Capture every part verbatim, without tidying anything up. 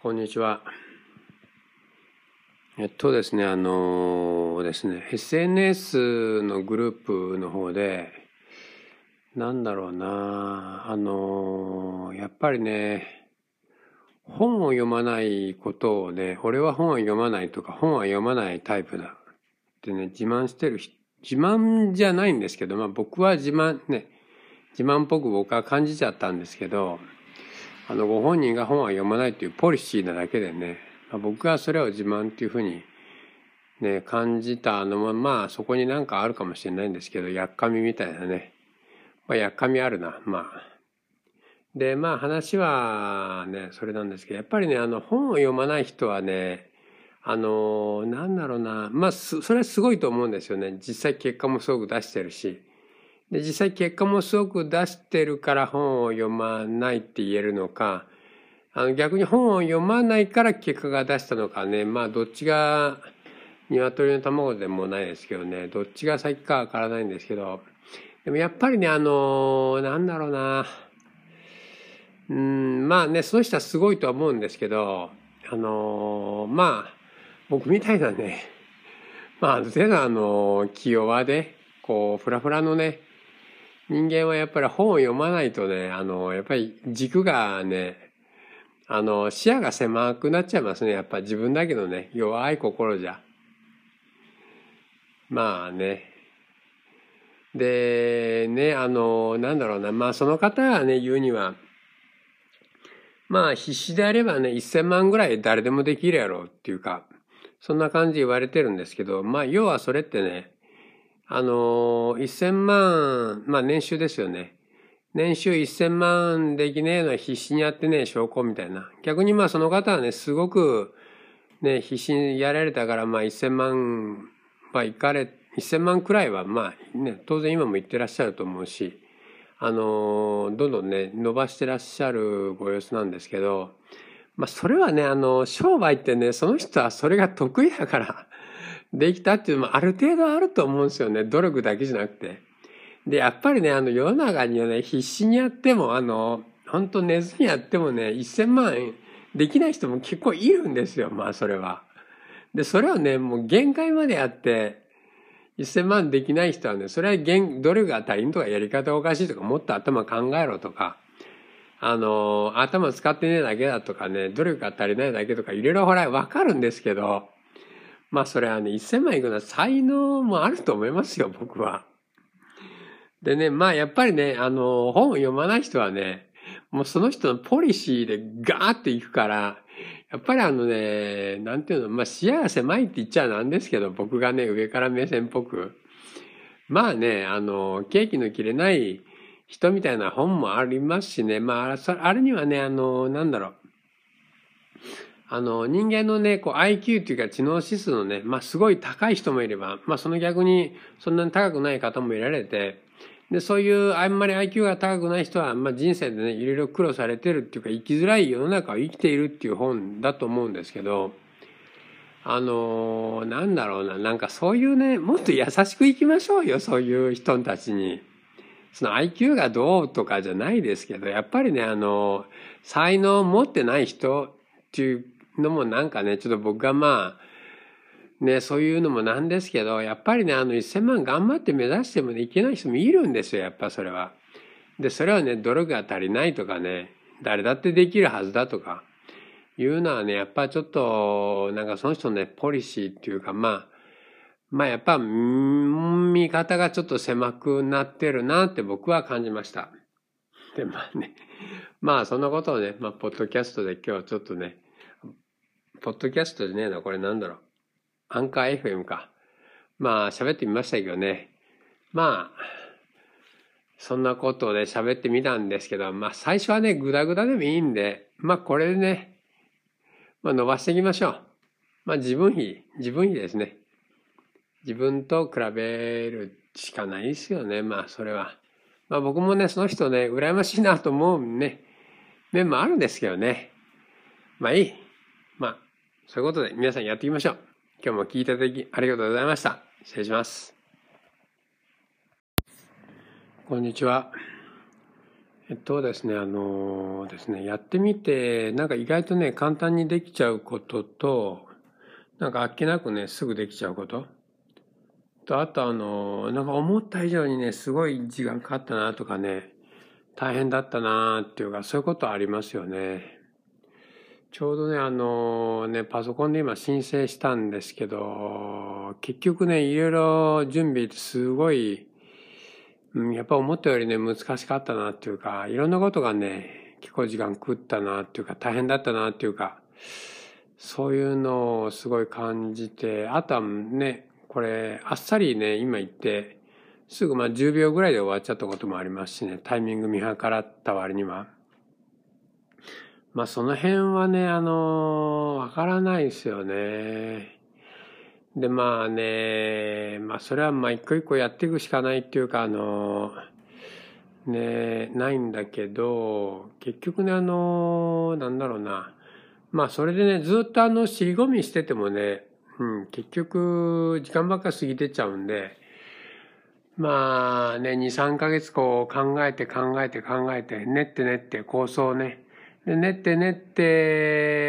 こんにちは。えっとですね、あのですね、エスエヌエス のグループの方で、なんだろうな、あのやっぱりね、本を読まないことをね、俺は本を読まないとか、本は読まないタイプだってね、自慢してる人、自慢じゃないんですけど、まあ僕は自慢ね、自慢っぽく僕は感じちゃったんですけど、あのご本人が本は読まないというポリシーなだけでね、まあ、僕はそれを自慢っていうふうにね感じたのもまあそこになんかあるかもしれないんですけど、やっかみみたいなね、まあやっかみあるな、まあでまあ話はねそれなんですけど、やっぱりねあの本を読まない人はね、あのなんだろうな、まあそれはすごいと思うんですよね。実際結果もすごく出してるし、で実際結果もすごく出してるから本を読まないって言えるのか、あの逆に本を読まないから結果が出したのかね、まあどっちが鶏の卵でもないですけどね、どっちが先かわからないんですけど、でもやっぱりねあのなんだろうな、うんまあねその人はすごいとは思うんですけど、あのまあ僕みたいなね、まあある程度あの気弱でこうフラフラのね人間はやっぱり本を読まないとね、あのやっぱり軸がね、あの視野が狭くなっちゃいますね。やっぱ自分だけのね弱い心じゃまあね。でね、あのなんだろうな、まあその方がね言うには、まあ必死であればねせんまんぐらい誰でもできるやろうっていうか、そんな感じで言われてるんですけど、まあ要はそれってね、あのせんまん、まあ年収ですよね。年収せんまんできねえのは必死にやってねえ証拠みたいな。逆にまあその方はねすごくね必死にやられたから、まあせんまんは行かれせんまんくらいはまあね当然今も行ってらっしゃると思うし、あのどんどんね伸ばしてらっしゃるご様子なんですけど、まあそれはねあの商売ってね、その人はそれが得意だからできたっていうのもある程度あると思うんですよね。努力だけじゃなくて。でやっぱりねあの世の中にはね必死にやってもあの本当寝ずにやってもねせんまんできない人も結構いるんですよ。まあそれは。でそれをねもう限界までやってせんまんできない人はね、それは努力が足りんとかやり方がおかしいとか、もっと頭考えろとか、あの頭使ってねえだけだとかね、努力が足りないだけとかいろいろほら分かるんですけど、まあそれはねせんまんいくのは才能もあると思いますよ、僕は。でね、まあやっぱりね、あの、本を読まない人はね、もうその人のポリシーでガーっていくから、やっぱりあのね、なんていうの、まあ視野が狭いって言っちゃなんですけど、僕がね、上から目線っぽく。まあね、あの、ケーキの切れない人みたいな本もありますしね、まあ、あれにはね、あの、なんだろう。あの、人間のね、こう アイキュー っていうか知能指数のね、まあすごい高い人もいれば、まあその逆にそんなに高くない方もいられて、で、そういうあんまり アイキュー が高くない人は、まあ人生でね、いろいろ苦労されてるっていうか、生きづらい世の中を生きているっていう本だと思うんですけど、あの、なんだろうな、なんかそういうね、もっと優しく生きましょうよ、そういう人たちに。その アイキュー がどうとかじゃないですけど、やっぱりね、あの、才能を持ってない人っていうのもなんかね、ちょっと僕がまあ、ね、そういうのもなんですけど、やっぱりね、あのせんまん頑張って目指してもね、いけない人もいるんですよ、やっぱそれは。で、それはね、努力が足りないとかね、誰だってできるはずだとか、いうのはね、やっぱちょっと、なんかその人のね、ポリシーっていうか、まあ、まあやっぱ、見方がちょっと狭くなってるなって僕は感じました。で、まあね、まあそんなことをね、まあ、ポッドキャストで今日ちょっとね、ポッドキャストでねえな、これなんだろう。アンカー エフエム か。まあ喋ってみましたけどね。まあ、そんなことをね、喋ってみたんですけど、まあ最初はね、グダグダでもいいんで、まあこれでね、まあ伸ばしていきましょう。まあ自分比、自分比ですね。自分と比べるしかないですよね。まあそれは。まあ僕もね、その人ね、羨ましいなと思うね、面もあるんですけどね。まあいい。まあ、そういうことで皆さんやっていきましょう。今日も聞いていただきありがとうございました。失礼します。こんにちは。 えっとですね、あのですね、やってみて、なんか意外とね、簡単にできちゃうことと、なんかあっけなくね、すぐできちゃうこと。と、あとあの、なんか思った以上にね、すごい時間かかったなとかね、大変だったなっていうか、そういうことありますよね。ちょうどね、あのね、パソコンで今申請したんですけど、結局ね、いろいろ準備ってすごい、うん、やっぱ思ったよりね、難しかったなっていうか、いろんなことがね、結構時間食ったなっていうか、大変だったなっていうか、そういうのをすごい感じて、あとはね、これ、あっさりね、今言って、すぐまあじゅうびょうぐらいで終わっちゃったこともありますしね、タイミング見計らった割には。まあその辺はね、あの、わからないですよね。で、まあね、まあそれはまあ一個一個やっていくしかないっていうか、あの、ね、ないんだけど、結局ね、あの、なんだろうな。まあそれでね、ずっとあの、尻込みしててもね、うん、結局、時間ばっか過ぎてっちゃうんで、まあね、に、さんかげつこう考えて考えて考えて、練って練って構想をね、で練って練って、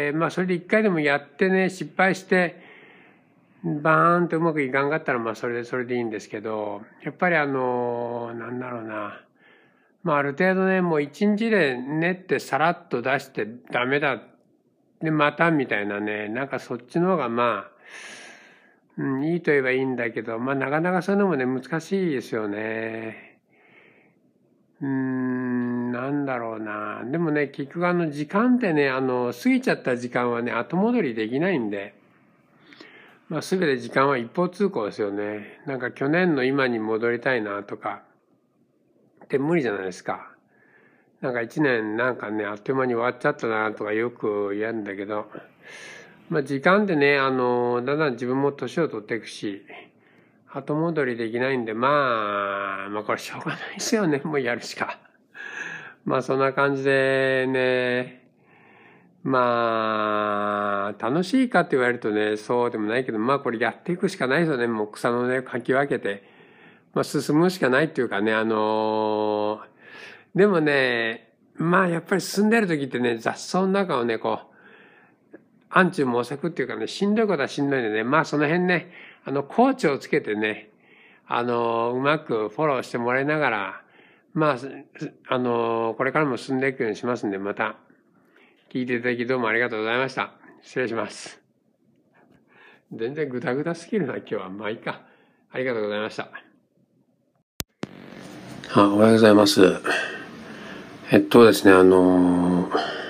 まあそれで一回でもやってね、失敗して、バーンとうまくいかんかったら、まあそれでそれでいいんですけど、やっぱりあの、なんだろうな。まあある程度ね、もう一日で練ってさらっと出してダメだ。で、またみたいなね、なんかそっちの方がまあ、うん、いいと言えばいいんだけど、まあなかなかそういうのもね、難しいですよね。うーん、なんだろうな。でもね、結局あの時間ってね、あの、過ぎちゃった時間はね、後戻りできないんで、まあ全て時間は一方通行ですよね。なんか去年の今に戻りたいなとか、って無理じゃないですか。なんか一年なんかね、あっという間に終わっちゃったなとかよく言うんだけど、まあ時間ってね、あの、だんだん自分も年を取っていくし、後戻りできないんで、まあ、まあこれしょうがないですよね。もうやるしか。まあそんな感じでね、まあ、楽しいかって言われるとね、そうでもないけど、まあこれやっていくしかないですよね。もう草の根をかき分けて、まあ進むしかないっていうかね、あのー、でもね、まあやっぱり進んでる時ってね、雑草の中をね、こう、暗中模索っていうかね、しんどいことはしんどいんでね、まあその辺ね、あの、コーチをつけてね、あの、うまくフォローしてもらいながら、まあ、あの、これからも進んでいくようにしますんで、また、聞いていただきどうもありがとうございました。失礼します。全然グダグダすぎるな、今日は。まあいいか。ありがとうございました。あ、おはようございます。えっとですね、あの、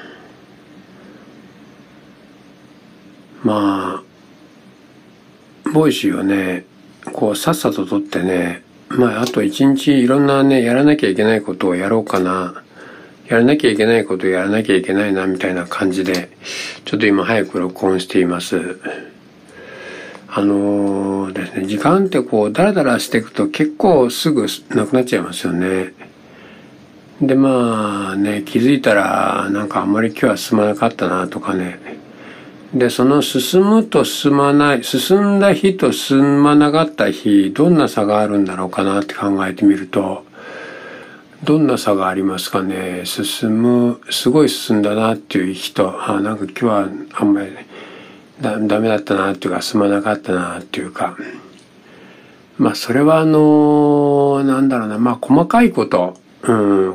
まあ、ボイシーをね、こう、さっさと撮ってね、まあ、あと一日いろんなね、やらなきゃいけないことをやろうかな。やらなきゃいけないことをやらなきゃいけないな、みたいな感じで、ちょっと今早く録音しています。あのー、ですね、時間ってこう、ダラダラしていくと結構すぐなくなっちゃいますよね。で、まあね、気づいたら、なんかあんまり今日は進まなかったな、とかね。で、その進むと進まない、進んだ日と進まなかった日、どんな差があるんだろうかなって考えてみると、どんな差がありますかね。進む、すごい進んだなっていう日と、あ、なんか今日はあんまりだダメだったなっていうか、進まなかったなっていうか。まあそれはあの、なんだろうな、まあ細かいこと、うん、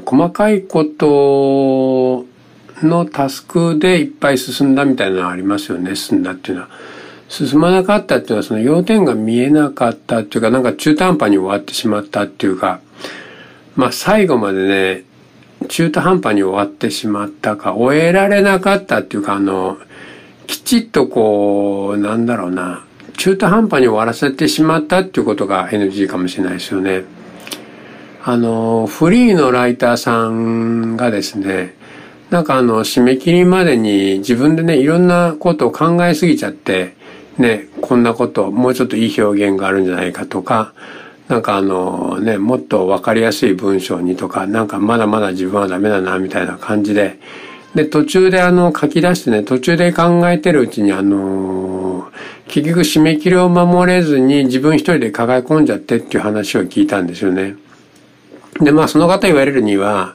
細かいことのタスクでいっぱい進んだみたいなのがありますよね、進んだっていうのは。進まなかったっていうのはその要点が見えなかったっていうか、なんか中途半端に終わってしまったっていうか、まあ最後までね、中途半端に終わってしまったか、終えられなかったっていうか、あの、きちっとこう、なんだろうな、中途半端に終わらせてしまったっていうことが エヌジー かもしれないですよね。あの、フリーのライターさんがですね、なんかあの、締め切りまでに自分でね、いろんなことを考えすぎちゃって、ね、こんなこと、もうちょっといい表現があるんじゃないかとか、なんかあのね、もっとわかりやすい文章にとか、なんかまだまだ自分はダメだな、みたいな感じで、で、途中であの、書き出してね、途中で考えてるうちにあの、結局締め切りを守れずに自分一人で抱え込んじゃってっていう話を聞いたんですよね。で、まあその方言われるには、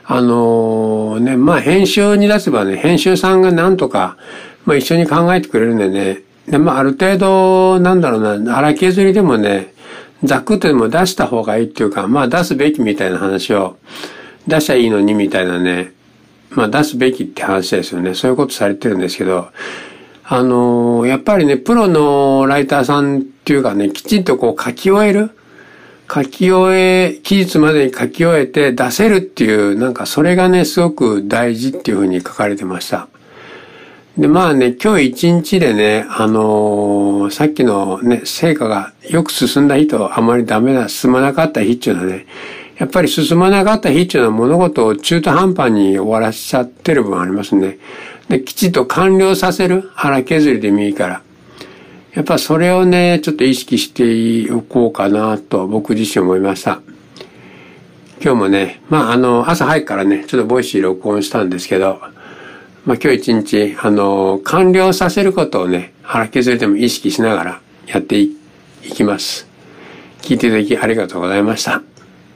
あのー、ね、まあ編集に出せばね、編集さんがなんとか、まあ一緒に考えてくれるんでね、で、まあある程度、なんだろうな、荒削りでもね、ざっくとでも出した方がいいっていうか、まあ出すべきみたいな話を、出しゃいいのにみたいなね、まあ出すべきって話ですよね。そういうことされてるんですけど、あのー、やっぱりね、プロのライターさんっていうかね、きちんとこう書き終える、書き終え、期日までに書き終えて出せるっていう、なんかそれがね、すごく大事っていうふうに書かれてました。で、まあね、今日一日でね、あのー、さっきのね、成果がよく進んだ日とあまりダメな、進まなかった日っていうのはね、やっぱり進まなかった日っていうのは物事を中途半端に終わらしちゃってる部分ありますね。で、きちんと完了させる。腹削りでもいいから。やっぱそれをね、ちょっと意識しておこうかなと僕自身思いました。今日もね、まああの、朝早くからね、ちょっとボイシー録音したんですけど、まあ今日一日、あの、完了させることをね、腹削りでも意識しながらやっていきます。聞いていただきありがとうございました。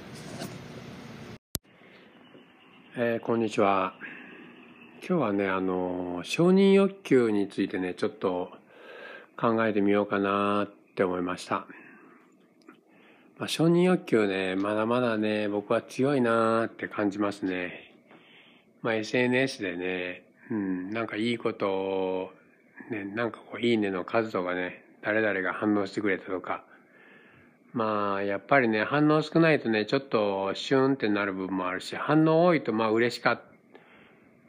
えー、こんにちは。今日はね、あの、承認欲求についてね、ちょっと考えてみようかなって思いました。まあ、承認欲求ね、まだまだね、僕は強いなって感じますね。まあ、エスエヌエス でね、うん、なんかいいことを、ね、なんかこう、いいねの数とかね、誰々が反応してくれたとか、まあ、やっぱりね、反応少ないとね、ちょっとシュンってなる部分もあるし、反応多いとまあ嬉しかった、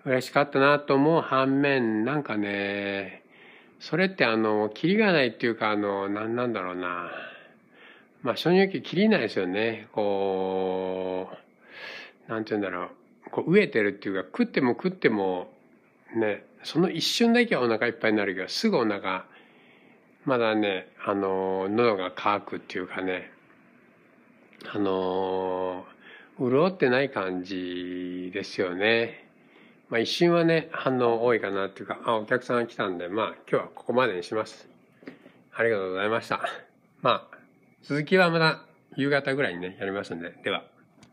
嬉しかったなと思う反面、なんかね、それってあの、キリがないっていうか、あの、なんなんだろうな。まあ、承認欲求キリないですよね。こう、なんて言うんだろう。こう、飢えてるっていうか、食っても食っても、ね、その一瞬だけはお腹いっぱいになるけど、すぐお腹、まだね、あの、喉が渇くっていうかね、あの、潤ってない感じですよね。まあ一瞬はね、反応多いかなっていうか、あ、お客さんが来たんで、まあ今日はここまでにします。ありがとうございました。まあ、続きはまた夕方ぐらいにね、やりますんで、では。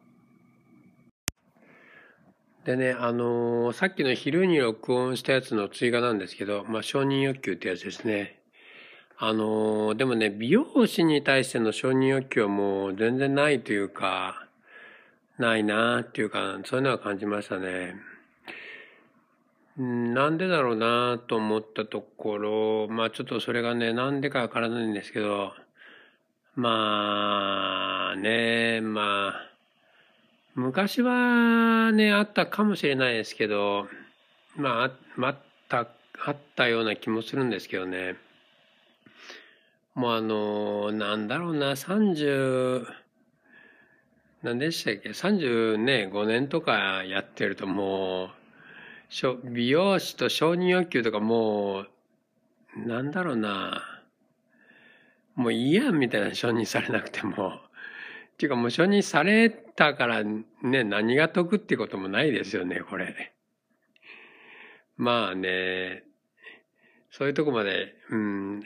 でね、あのー、さっきの昼に録音したやつの追加なんですけど、まあ承認欲求ってやつですね。あのー、でもね、美容師に対しての承認欲求はもう全然ないというか、ないなっていうか、そういうのは感じましたね。なんでだろうなと思ったところ、まあちょっとそれがね、なんでかわからないんですけど、まあね、まあ、昔はね、あったかもしれないですけど、まあ、あった、あったような気もするんですけどね。もうあの、なんだろうな、さんじゅう、何でしたっけ、さんじゅうね、ごねんとかやってるともう、美容師と承認欲求とかもう、なんだろうな。もういいやんみたいな承認されなくても。っていうかもう承認されたからね、何が得ってこともないですよね、これ。まあね、そういうとこまで、うん、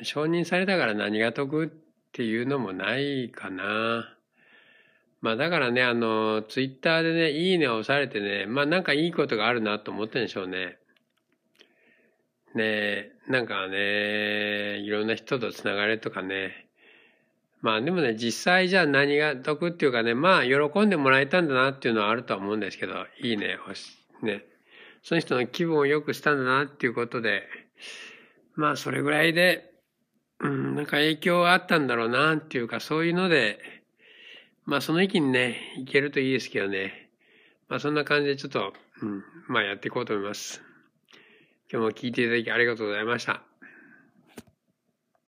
承認されたから何が得っていうのもないかな。まあだからね、あの、ツイッターでね、いいねを押されてね、まあなんかいいことがあるなと思ってるんでしょうね。ね、なんかね、いろんな人とつながれるとかね。まあでもね、実際じゃあ何が得っていうかね、まあ喜んでもらえたんだなっていうのはあるとは思うんですけど、いいね、押し、ね。その人の気分を良くしたんだなっていうことで、まあそれぐらいで、うん、なんか影響があったんだろうなっていうか、そういうので、まあその域にね、いけるといいですけどね。まあそんな感じでちょっと、うん、まあやっていこうと思います。今日も聞いていただきありがとうございました。